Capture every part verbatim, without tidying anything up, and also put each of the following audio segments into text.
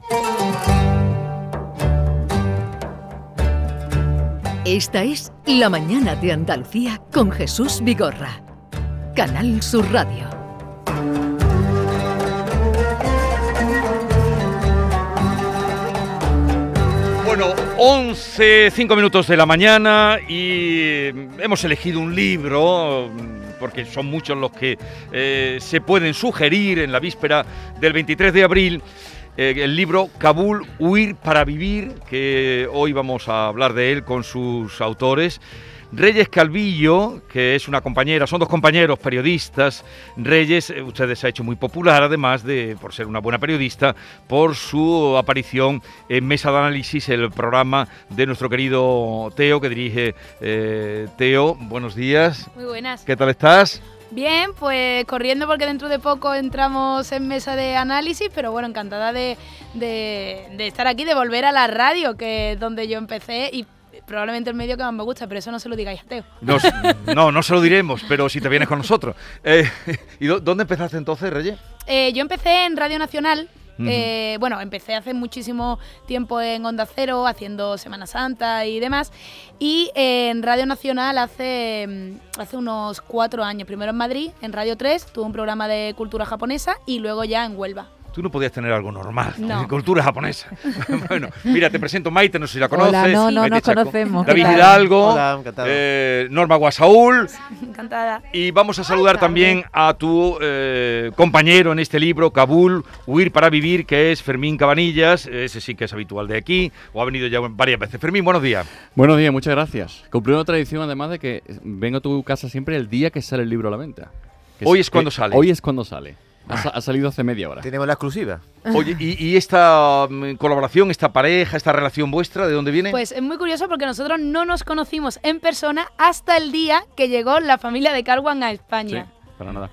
Esta es La Mañana de Andalucía con Jesús Vigorra. Canal Sur Radio. Bueno, once, cinco minutos de la mañana y hemos elegido un libro, porque son muchos los que eh, se pueden sugerir en la víspera del veintitrés de abril. Eh, el libro Kabul, Huir para Vivir, que hoy vamos a hablar de él con sus autores. Reyes Calvillo, que es una compañera, son dos compañeros periodistas. Reyes, eh, ustedes se ha hecho muy popular, además de, por ser una buena periodista, por su aparición en Mesa de Análisis, el programa de nuestro querido Teo, que dirige eh, Teo. Buenos días. Muy buenas. ¿Qué tal estás? Bien, pues corriendo porque dentro de poco entramos en Mesa de Análisis, pero bueno, encantada de, de, de estar aquí, de volver a la radio, que es donde yo empecé y probablemente el medio que más me gusta, pero eso no se lo digáis a Teo. No, no, no se lo diremos, pero si te vienes con nosotros. Eh, ¿Y dónde empezaste entonces, Reyes? Eh, yo empecé en Radio Nacional. Uh-huh. Eh, bueno, empecé hace muchísimo tiempo en Onda Cero, haciendo Semana Santa y demás, y eh, en Radio Nacional hace, hace unos cuatro años, primero en Madrid, en Radio tres, tuve un programa de cultura japonesa y luego ya en Huelva. Tú no podías tener algo normal, no. Cultura japonesa. Bueno, mira, te presento Maite, no sé si la conoces. Hola, no, no Maite nos Chaco, conocemos. David Hidalgo, Hola, encantado. Eh, Norma Guasaúl. Encantada. Y vamos a saludar Ay, también a tu eh, compañero en este libro, Kabul, Huir para Vivir, que es Fermín Cabanillas. Ese sí que es habitual de aquí, o ha venido ya varias veces. Fermín, buenos días. Buenos días, muchas gracias. Cumplí una tradición, además, de que vengo a tu casa siempre el día que sale el libro a la venta. Hoy es cuando sale. Hoy es cuando sale. Ha, ha salido hace media hora. Tenemos la exclusiva. Oye, ¿y, y esta um, colaboración, esta pareja, esta relación vuestra, de dónde viene? Pues es muy curioso porque nosotros no nos conocimos en persona hasta el día que llegó la familia de Karwan a España. Sí, para nada.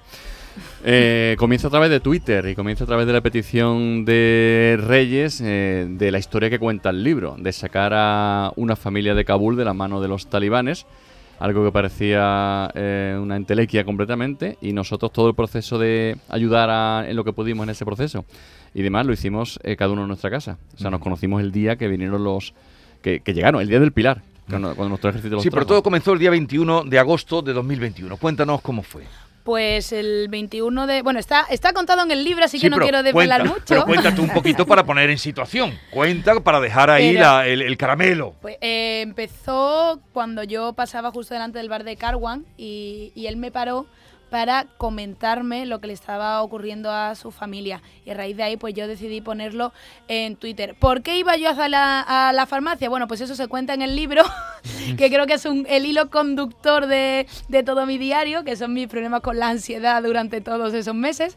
Eh, comienza a través de Twitter y comienza a través de la petición de Reyes eh, de la historia que cuenta el libro, de sacar a una familia de Kabul de la mano de los talibanes. Algo que parecía eh, una entelequia completamente, y nosotros todo el proceso de ayudar a, en lo que pudimos en ese proceso y demás lo hicimos eh, cada uno en nuestra casa. O sea, nos conocimos el día que vinieron los... que, que llegaron, el día del Pilar, cuando, cuando nuestro ejército los Sí, trajo. pero todo comenzó el día veintiuno de agosto de dos mil veintiuno. Cuéntanos cómo fue. Pues el veintiuno de... Bueno, está, está contado en el libro, así sí, que no quiero desvelar cuenta, mucho. Pero cuéntate un poquito para poner en situación. Cuenta para dejar ahí pero, la, el, el caramelo. Pues eh, empezó cuando yo pasaba justo delante del bar de Karwan y, y él me paró para comentarme lo que le estaba ocurriendo a su familia. Y a raíz de ahí, pues yo decidí ponerlo en Twitter. ¿Por qué iba yo a la, a la farmacia? Bueno, pues eso se cuenta en el libro, que creo que es un, el hilo conductor de, de todo mi diario, que son mis problemas con la ansiedad durante todos esos meses.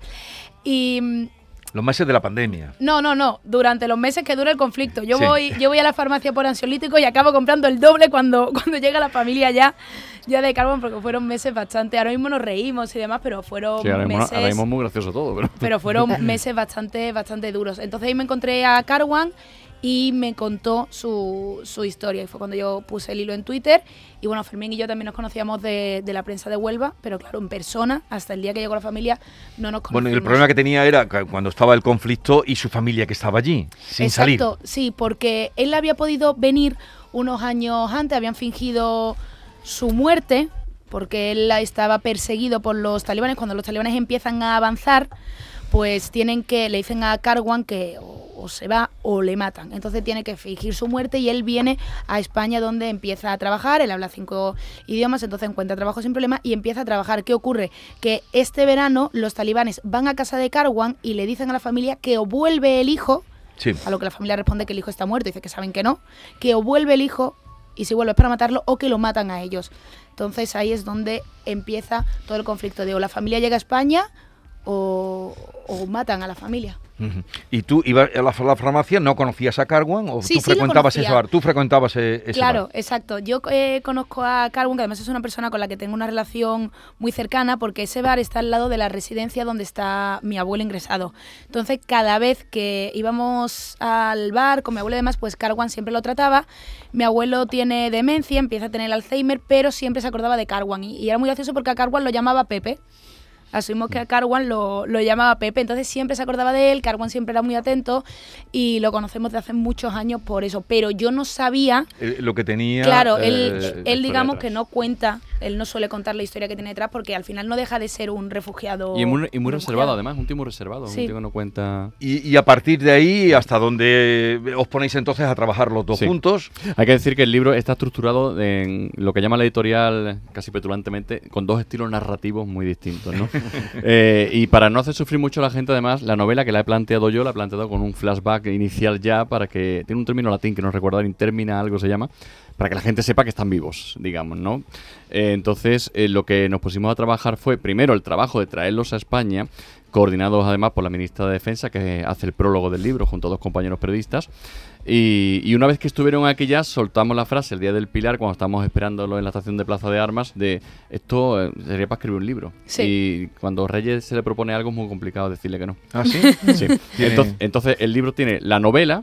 Y... Los meses de la pandemia. No, no, no. Durante los meses que dura el conflicto. Yo sí. voy yo voy a la farmacia por ansiolítico y acabo comprando el doble cuando, cuando llega la familia ya, ya de Karwan, porque fueron meses bastante... Ahora mismo nos reímos y demás, pero fueron sí, ahora meses... Mismo, ahora mismo es muy gracioso todo, pero... Pero fueron meses bastante, bastante duros. Entonces ahí me encontré a Karwan y me contó su, su historia. Y fue cuando yo puse el hilo en Twitter. Y bueno, Fermín y yo también nos conocíamos de, de la prensa de Huelva, pero claro, en persona, hasta el día que llegó la familia, no nos conocimos. Bueno, y el problema que tenía era cuando estaba el conflicto y su familia que estaba allí, sin Exacto, salir. Exacto, sí, porque él había podido venir unos años antes, habían fingido su muerte, porque él estaba perseguido por los talibanes. Cuando los talibanes empiezan a avanzar, pues tienen que, le dicen a Karwan que o, o se va o le matan. Entonces tiene que fingir su muerte y él viene a España, donde empieza a trabajar. Él habla cinco idiomas, entonces encuentra trabajo sin problema y empieza a trabajar. ¿Qué ocurre? Que este verano los talibanes van a casa de Karwan y le dicen a la familia que o vuelve el hijo, sí. A lo que la familia responde que el hijo está muerto, dice que saben que no, que o vuelve el hijo y si vuelve es para matarlo o que lo matan a ellos. Entonces ahí es donde empieza todo el conflicto de o la familia llega a España o, o matan a la familia. Uh-huh. ¿Y tú ibas a la, la farmacia, no conocías a Karwan o sí, tú sí frecuentabas ese bar? ¿Tú frecuentabas ese, ese Claro, bar? exacto. Yo eh, conozco a Karwan, que además es una persona con la que tengo una relación muy cercana, porque ese bar está al lado de la residencia donde está mi abuelo ingresado. Entonces, cada vez que íbamos al bar con mi abuelo y demás, pues Karwan siempre lo trataba. Mi abuelo tiene demencia, empieza a tener Alzheimer, pero siempre se acordaba de Karwan. Y, y era muy gracioso porque a Karwan lo llamaba Pepe. Asumimos que a Karwan lo, lo llamaba Pepe, entonces siempre se acordaba de él, Karwan siempre era muy atento y lo conocemos de hace muchos años por eso, pero yo no sabía... Eh, lo que tenía... Claro, eh, él, él digamos detrás. que no cuenta, él no suele contar la historia que tiene detrás porque al final no deja de ser un refugiado. Y muy, y muy un reservado, refugiado. además, un tío muy reservado, Sí. un tío que no cuenta... Y, y a partir de ahí, ¿hasta dónde os ponéis entonces a trabajar los dos Sí. juntos? Hay que decir que el libro está estructurado en lo que llama la editorial, casi petulantemente, con dos estilos narrativos muy distintos, ¿no? eh, y para no hacer sufrir mucho a la gente, además, la novela que la he planteado yo, la he planteado con un flashback inicial ya, para que... Tiene un término latín que no recuerdo, intermina algo se llama, para que la gente sepa que están vivos, digamos, ¿no? Eh, entonces, eh, lo que nos pusimos a trabajar fue, primero, el trabajo de traerlos a España, coordinados además por la ministra de Defensa, que hace el prólogo del libro, junto a dos compañeros periodistas. Y, y una vez que estuvieron aquí ya, soltamos la frase el día del Pilar, cuando estábamos esperándolo en la estación de Plaza de Armas, de esto eh, sería para escribir un libro. Sí. Y cuando Reyes se le propone algo es muy complicado decirle que no. ¿Ah, sí? Sí. Tiene- Entonces, entonces el libro tiene la novela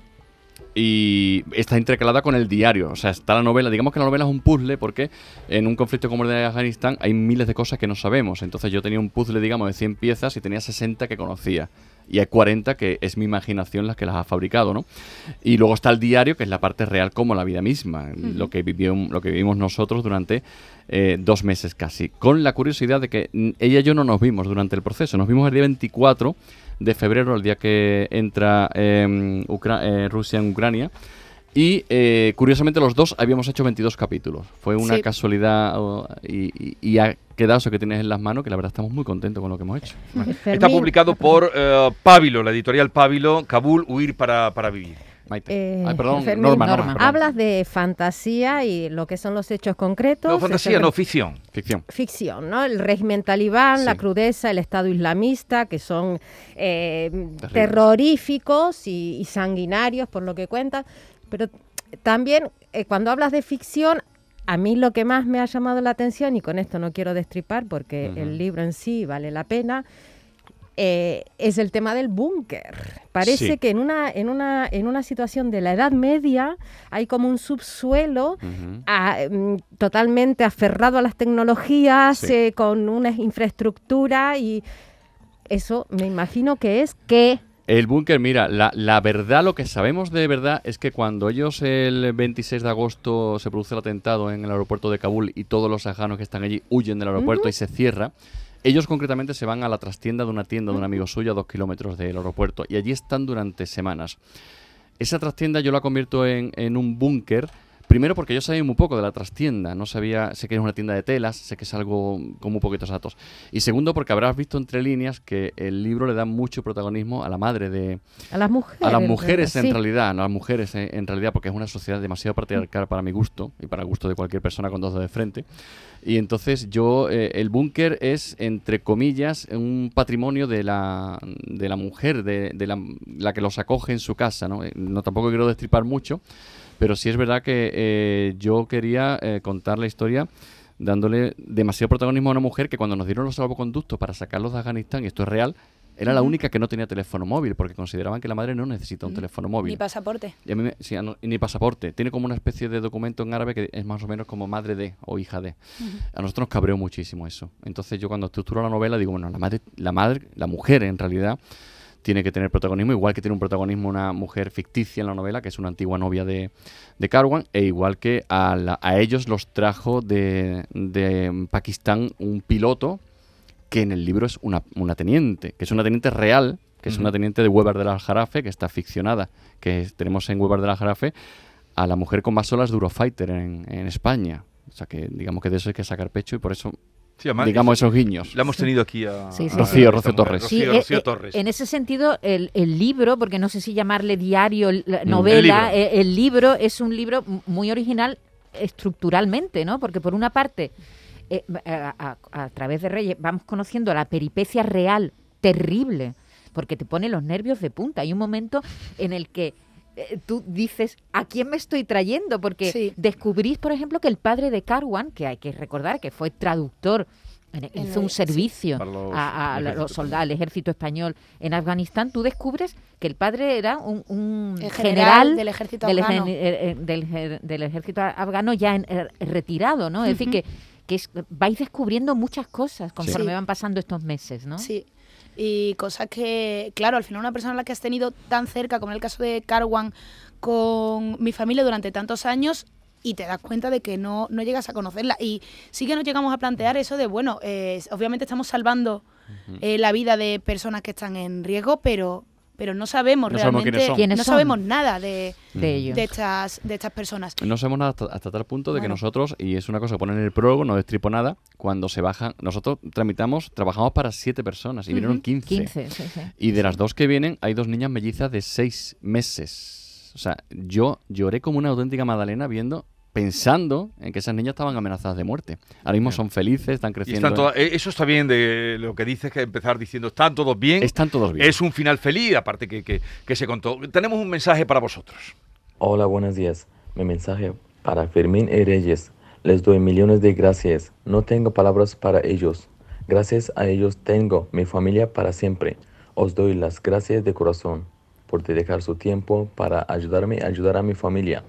y está intercalada con el diario. O sea, está la novela. Digamos que la novela es un puzzle porque en un conflicto como el de Afganistán hay miles de cosas que no sabemos. Entonces yo tenía un puzzle, digamos, de cien piezas y tenía sesenta que conocía. Y hay cuarenta que es mi imaginación las que las ha fabricado, ¿no? Y luego está el diario, que es la parte real como la vida misma, Ujú. lo que vivió, lo que vivimos nosotros durante eh, dos meses casi. Con la curiosidad de que mm, ella y yo no nos vimos durante el proceso. Nos vimos el día veinticuatro de febrero, el día que entra eh, Ucra- eh, Rusia en Ucrania. Y eh, curiosamente los dos habíamos hecho veintidós capítulos. Fue una Sí. casualidad oh, y, y- y ha quedado eso que tienes en las manos, que la verdad estamos muy contentos con lo que hemos hecho. Está Fermín, publicado por eh, Pábilo, la editorial Pábilo, Kabul, Huir para, para vivir. Maite. Eh, Ay, perdón, Fermín, Norma, Norma. Norma, perdón. hablas de fantasía y lo que son los hechos concretos. No, es fantasía, el- no, ficción. Ficción. Ficción, ¿no? El régimen talibán, la Sí. crudeza, el Estado islamista, que son eh, Terribles. terroríficos y, y sanguinarios por lo que cuentan. Pero también, eh, cuando hablas de ficción, a mí lo que más me ha llamado la atención, y con esto no quiero destripar porque Ujú. el libro en sí vale la pena, eh, es el tema del búnker. Parece Sí. que en una, en, una, en una situación de la Edad Media hay como un subsuelo Ujú. a- mm, totalmente aferrado a las tecnologías, Sí. eh, con una infraestructura, y eso me imagino que es que... El búnker, mira, la, la verdad, lo que sabemos de verdad es que cuando ellos el veintiséis de agosto se produce el atentado en el aeropuerto de Kabul y todos los afganos que están allí huyen del aeropuerto y se cierra, ellos concretamente se van a la trastienda de una tienda de un amigo suyo a dos kilómetros del aeropuerto y allí están durante semanas. Esa trastienda yo la convierto en, en un búnker. Primero porque yo sabía muy poco de la trastienda, no sabía, sé que es una tienda de telas, sé que es algo con muy poquitos datos. Y segundo porque habrás visto entre líneas que el libro le da mucho protagonismo a la madre de... A las mujeres. A las mujeres en sí. realidad, no a las mujeres en, en realidad, porque es una sociedad demasiado patriarcal para mi gusto y para el gusto de cualquier persona con dos dedos de frente. Y entonces yo, eh, el búnker es, entre comillas, un patrimonio de la, de la mujer, de, de la, la que los acoge en su casa, ¿no? Eh, no tampoco quiero destripar mucho, pero sí es verdad que eh, yo quería eh, contar la historia dándole demasiado protagonismo a una mujer que cuando nos dieron los salvoconductos para sacarlos de Afganistán, y esto es real, era la Ujú. única que no tenía teléfono móvil, porque consideraban que la madre no necesita un Ujú. teléfono móvil. Ni pasaporte. Y a mí me- sí, no- y ni pasaporte. Tiene como una especie de documento en árabe que es más o menos como madre de o hija de. A nosotros nos cabreó muchísimo eso. Entonces yo cuando estructuro la novela digo, bueno, la madre, la madre, la mujer en realidad tiene que tener protagonismo, igual que tiene un protagonismo una mujer ficticia en la novela, que es una antigua novia de, de Karwan, e igual que a, la- a ellos los trajo de, de Pakistán un piloto que en el libro es una, una teniente, que es una teniente real, que es Ujú. una teniente de Weber del Aljarafe, que está ficcionada, que es- tenemos en Weber del Aljarafe a la mujer con más olas de Eurofighter en, en España. O sea que digamos que de eso hay que sacar pecho y por eso Sí, además, digamos esos guiños. La hemos tenido aquí a, Sí, sí, a- Rocío, a Rocío esta mujer, Torres. Rocío, eh, Rocío eh, Torres. En ese sentido, el, el libro, porque no sé si llamarle diario, l- la Mm. novela, El libro. eh, el libro es un libro m- muy original estructuralmente, ¿no? Porque por una parte, eh, a, a- a través de Reyes, vamos conociendo la peripecia real terrible, porque te pone los nervios de punta. Hay un momento en el que eh, tú dices, ¿a quién me estoy trayendo? Porque Sí. descubrís, por ejemplo, que el padre de Karwan, que hay que recordar que fue traductor, en- En hizo el- un servicio Para los- a, a el los ejército soldados, al ejército español en Afganistán, tú descubres que el padre era un, un El general, general del ejército del, afgano. ejen- eh, eh, del ejer- del ejército afgano ya en- eh, retirado, ¿no? Es decir, Ujú. que, que es, vais descubriendo muchas cosas conforme Sí. van pasando estos meses, ¿no? Sí, y cosas que, claro, al final una persona a la que has tenido tan cerca, como en el caso de Karwan, con mi familia durante tantos años, y te das cuenta de que no, no llegas a conocerla. Y sí que nos llegamos a plantear eso de, bueno, eh, obviamente estamos salvando eh, la vida de personas que están en riesgo, pero... pero no sabemos No sabemos realmente, quiénes son. ¿Quiénes no son? sabemos nada de, De ellos. de estas de estas personas. No sabemos nada hasta, hasta tal punto de que Bueno. nosotros, y es una cosa que ponen en el prólogo, no destripo nada, cuando se bajan, nosotros tramitamos, trabajamos para siete personas y vinieron Ujú. quince. quince, sí, sí. Y de las dos que vienen, hay dos niñas mellizas de seis meses. O sea, yo lloré como una auténtica magdalena viendo, pensando en que esas niñas estaban amenazadas de muerte. Ahora mismo son felices, están Y creciendo. están todas- eh, eso está bien de lo que dices, que empezar diciendo están todos bien. Están todos bien. Es un final feliz, aparte que, que, que se contó. Tenemos un mensaje para vosotros. Hola, buenos días. Mi mensaje para Fermín y Reyes. Les doy millones de gracias. No tengo palabras para ellos. Gracias a ellos tengo mi familia para siempre. Os doy las gracias de corazón por dedicar su tiempo para ayudarme a ayudar a mi familia.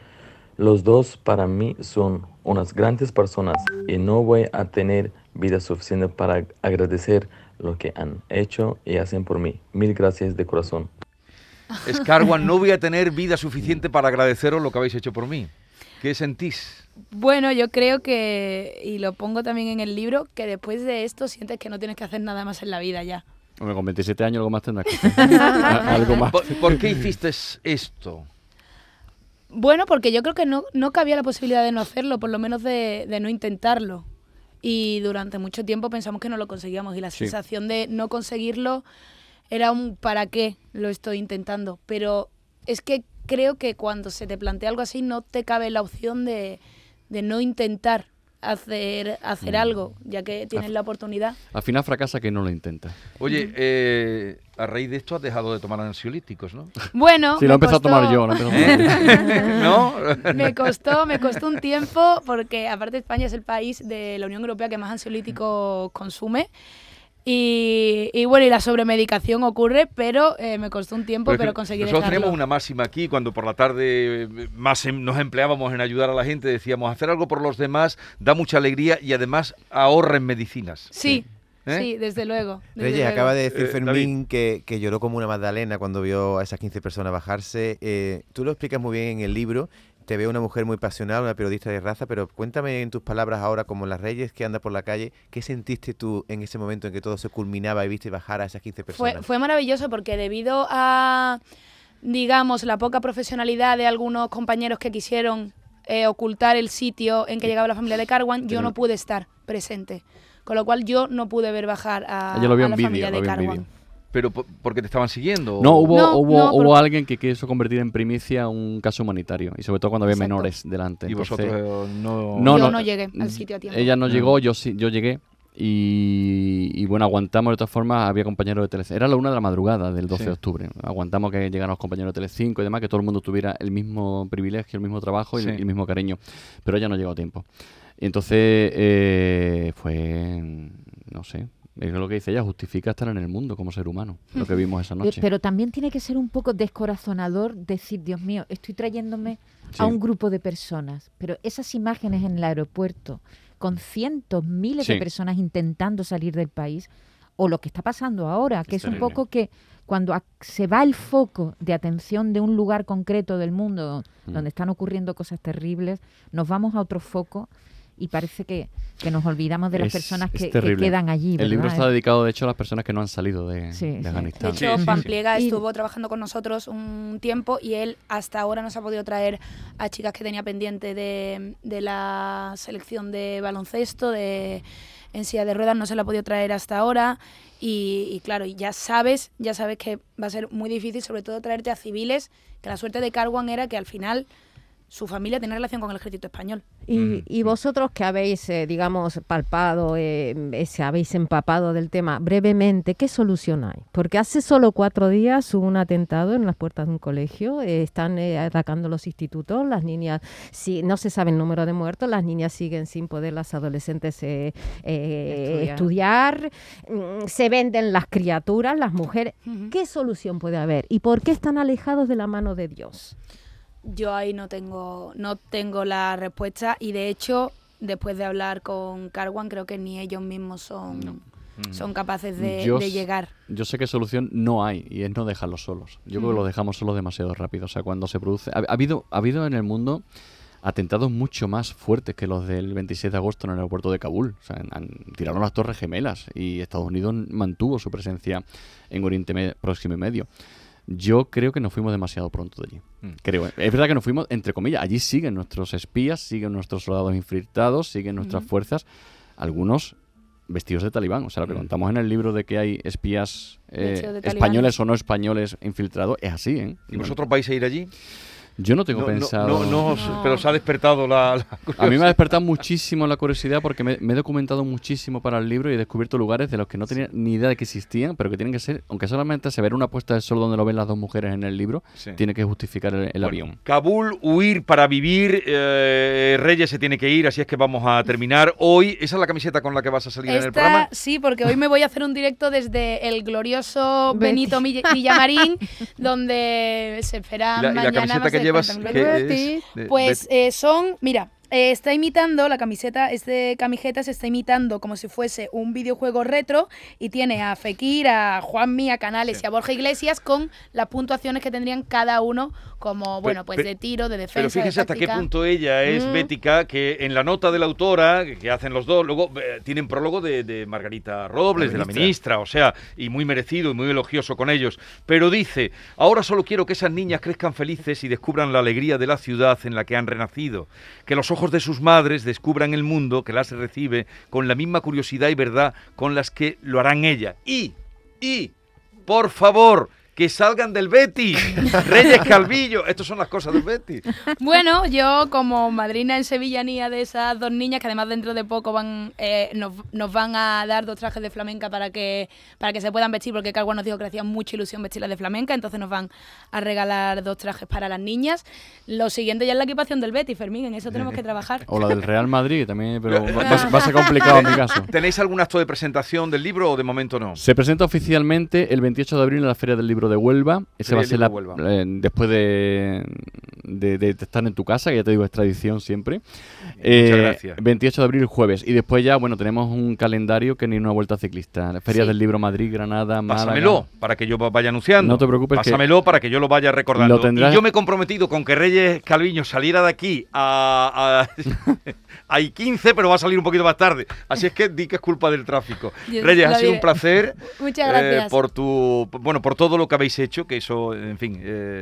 Los dos para mí son unas grandes personas y no voy a tener vida suficiente para agradecer lo que han hecho y hacen por mí. Mil gracias de corazón. Scarwan, no voy a tener vida suficiente para agradeceros lo que habéis hecho por mí. ¿Qué sentís? Bueno, yo creo que, y lo pongo también en el libro, que después de esto sientes que no tienes que hacer nada más en la vida ya. Hombre, con veintisiete años algo más tendrás que hacer. Algo más. ¿Por, por qué hiciste esto? Bueno, porque yo creo que no, no cabía la posibilidad de no hacerlo, por lo menos de, de no intentarlo. Y durante mucho tiempo pensamos que no lo conseguíamos y la Sí. sensación de no conseguirlo era un ¿para qué lo estoy intentando? Pero es que creo que cuando se te plantea algo así no te cabe la opción de, de no intentar hacer, hacer Mm. algo, ya que tienes Af- la oportunidad. Al final fracasa que no lo intenta. Oye, eh, a raíz de esto has dejado de tomar ansiolíticos, ¿no? Bueno, Sí, lo he me empezado a tomar costó- yo. Lo he empezado a tomar yo. ¿No? Me costó, me costó un tiempo porque aparte España es el país de la Unión Europea que más ansiolíticos consume y, y bueno, y la sobremedicación ocurre, pero eh, me costó un tiempo, Pero es pero, que conseguí nosotros dejarlo. teníamos una máxima aquí, cuando por la tarde eh, más em- nos empleábamos en ayudar a la gente, decíamos, hacer algo por los demás da mucha alegría y además ahorra en medicinas. Sí, ¿Eh? sí, desde luego. desde Reyes, luego. acaba de decir Eh, Fermín que, que lloró como una magdalena cuando vio a esas quince personas bajarse. Eh, tú lo explicas muy bien en el libro. Te veo una mujer muy pasional, una periodista de raza, pero cuéntame en tus palabras ahora, como las Reyes que anda por la calle, ¿qué sentiste tú en ese momento en que todo se culminaba y viste bajar a esas quince Fue, personas? fue maravilloso porque debido a, digamos, la poca profesionalidad de algunos compañeros que quisieron eh, ocultar el sitio en que llegaba la familia de Karwan, yo Pero- no pude estar presente. Con lo cual yo no pude ver bajar a, Ella lo vio a la en vídeo, familia lo de vio en Karwan. vídeo. Pero po- porque te estaban siguiendo. No, hubo, No, hubo, no, hubo por- alguien que quiso convertir en primicia un caso humanitario. Y sobre todo cuando había Exacto. menores delante. Y Entonces, vosotros eh, no... No, Yo no, no llegué al sitio a tiempo. Ella no No. llegó, yo sí, yo llegué. Y, y bueno, aguantamos de todas formas, había compañeros de Telecinco. Era la una de la madrugada del doce Sí. de octubre. Aguantamos que llegaran los compañeros de Telecinco y demás, que todo el mundo tuviera el mismo privilegio, el mismo trabajo y, Sí. el, y el mismo cariño. Pero ella no llegó a tiempo. Y entonces eh, fue, no sé, es lo que dice ella, justifica estar en el mundo como ser humano, lo que vimos esa Eh, noche. Pero también tiene que ser un poco descorazonador decir, Dios mío, estoy trayéndome Sí. a un grupo de personas, pero esas imágenes en el aeropuerto con cientos, miles Sí. de personas intentando salir del país, o lo que está pasando ahora, que Es es, un terrible. poco que cuando ac- se va el foco de atención de un lugar concreto del mundo Mm. donde están ocurriendo cosas terribles, nos vamos a otro foco y parece que, que nos olvidamos de las Es- personas es que, que terrible. quedan allí. El libro ¿verdad? está dedicado, de hecho, a las personas que no han salido de, Sí, de sí. Afganistán. De Sí, hecho, sí, sí. Pampliega Y- estuvo trabajando con nosotros un tiempo y él hasta ahora nos ha podido traer a chicas que tenía pendiente de, de la selección de baloncesto, de en silla de ruedas, no se la ha podido traer hasta ahora. Y, y claro, y ya sabes, ya sabes que va a ser muy difícil, sobre todo traerte a civiles, que la suerte de Karwan era que al final su familia tenía relación con el ejército español. Y, Mm, y mm. vosotros que habéis, eh, digamos, palpado, eh, ese, habéis empapado del tema, brevemente, ¿qué solución hay? Porque hace solo cuatro días hubo un atentado en las puertas de un colegio, eh, están eh, atacando los institutos, las niñas, si, no se sabe el número de muertos, las niñas siguen sin poder, las adolescentes eh, eh, estudiar, mm, se venden las criaturas, las mujeres. Ujú. ¿Qué solución puede haber? ¿Y por qué están alejados de la mano de Dios? Yo ahí no tengo, no tengo la respuesta y de hecho después de hablar con Karwan, creo que ni ellos mismos son, No. son capaces de, Yo de s- llegar. Yo sé que solución no hay y es no dejarlos solos. Yo creo que Mm. los dejamos solos demasiado rápido. O sea, cuando se produce... Ha, ha habido, ha habido en el mundo atentados mucho más fuertes que los del veintiséis de agosto en el aeropuerto de Kabul. O sea, han, tiraron las Torres Gemelas y Estados Unidos mantuvo su presencia en Oriente Me- Próximo y Medio. Yo creo que nos fuimos demasiado pronto de allí. Mm. Creo. Es verdad que nos fuimos, entre comillas, allí siguen nuestros espías, siguen nuestros soldados infiltrados, siguen nuestras Ujú. fuerzas, algunos vestidos de talibán. O sea, lo que Mm. contamos en el libro de que hay espías eh, Vestidos de talibanes. españoles o no españoles infiltrados, es así, ¿eh? ¿Y vosotros vais a ir allí? Yo no tengo No, no, pensado... no, no os- No. pero os ha despertado la, la A mí me ha curiosidad. despertado muchísimo la curiosidad porque me, me he documentado muchísimo para el libro y he descubierto lugares de los que no tenía ni idea de que existían, pero que tienen que ser, aunque solamente se ver una puesta de sol donde lo ven las dos mujeres en el libro, Sí. tiene que justificar el, el Bueno, avión. Kabul, huir para vivir. eh, Reyes se tiene que ir, así es que vamos a terminar hoy. ¿Esa es la camiseta con la que vas a salir en el Esta, programa? sí, porque hoy me voy a hacer un directo desde el glorioso Betty. Benito Mill- Villamarín, donde se espera ¿Y la, y la mañana camiseta más que de llevas? cuarenta mil ¿qué personas. es? De- Pues de- eh, son, mira, eh, está imitando, la camiseta, este camiseta se está imitando como si fuese un videojuego retro y tiene a Fekir, a Juanmi, a Canales Sí. y a Borja Iglesias con las puntuaciones que tendrían cada uno como, bueno, pues pero- de tiro, de defensa, Pero fíjese de hasta qué táctica. punto ella es Mm. bética, que en la nota de la autora, que- que hacen los dos, luego eh, tienen prólogo de, de Margarita Robles, La de la ministra. ministra, o sea, y muy merecido y muy elogioso con ellos. Pero dice, ahora solo quiero que esas niñas crezcan felices y descubran la alegría de la ciudad en la que han renacido, que los ojos de sus madres descubran el mundo que las recibe con la misma curiosidad y verdad con las que lo harán ella. Y, y, por favor, que salgan del Betis. Reyes Calvillo, estas son las cosas del Betis. Bueno, yo como madrina en sevillanía de esas dos niñas, que además dentro de poco van eh, nos, nos van a dar dos trajes de flamenca para que para que se puedan vestir, porque Cargua nos dijo que le hacía mucha ilusión vestirlas de flamenca, entonces nos van a regalar dos trajes para las niñas. Lo siguiente ya es la equipación del Betis, Fermín, en eso tenemos que trabajar. O la del Real Madrid, que también, pero va, va a- va a ser complicado en mi caso. ¿Tenéis algún acto de presentación del libro o de momento no? Se presenta oficialmente el veintiocho de abril en la Feria del Libro de Huelva. Ese Feria va a del ser Libro la, de Huelva. eh, después de, de, de estar en tu casa, que ya te digo, es tradición siempre. Eh, Muchas gracias. veintiocho de abril, jueves. Y después ya, bueno, tenemos un calendario que ni una vuelta ciclista. La Feria Sí. del Libro Madrid, Granada, Málaga. Pásamelo para que yo vaya anunciando. No te preocupes que- Pásamelo para que yo lo vaya recordando. Lo tendrás- Y yo me he comprometido con que Reyes Calviño saliera de aquí a, a, a I quince, pero va a salir un poquito más tarde. Así es que di que es culpa del tráfico. Yo Reyes, lo ha sido diré. un placer. Muchas eh, gracias. por tu, bueno, por todo lo que habéis hecho, que eso, en fin,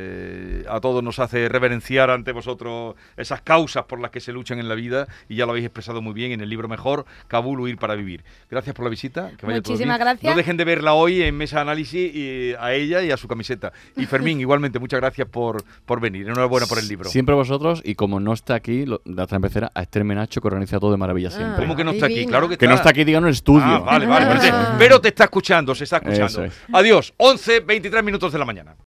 eh, a todos nos hace reverenciar ante vosotros esas causas por las que se luchan en la vida, y ya lo habéis expresado muy bien en el libro Mejor, Kabul, huir para vivir. Gracias por la visita. Que vaya todo Muchísimas bien. gracias. No dejen de verla hoy en Mesa Análisis, y a ella y a su camiseta. Y Fermín, igualmente, muchas gracias por, por venir. Enhorabuena por el libro. Siempre vosotros, y como no está aquí, lo- la otra empecera a Esther Menacho, que organiza todo de maravilla siempre. ¿Cómo que no está aquí? Divina. Claro que Que está. no está aquí, digan en el estudio. Ah, vale, vale. Pero te- Ah. Pero te está escuchando, se está escuchando. Eso es. Adiós. once, veintitrés minutos de la mañana.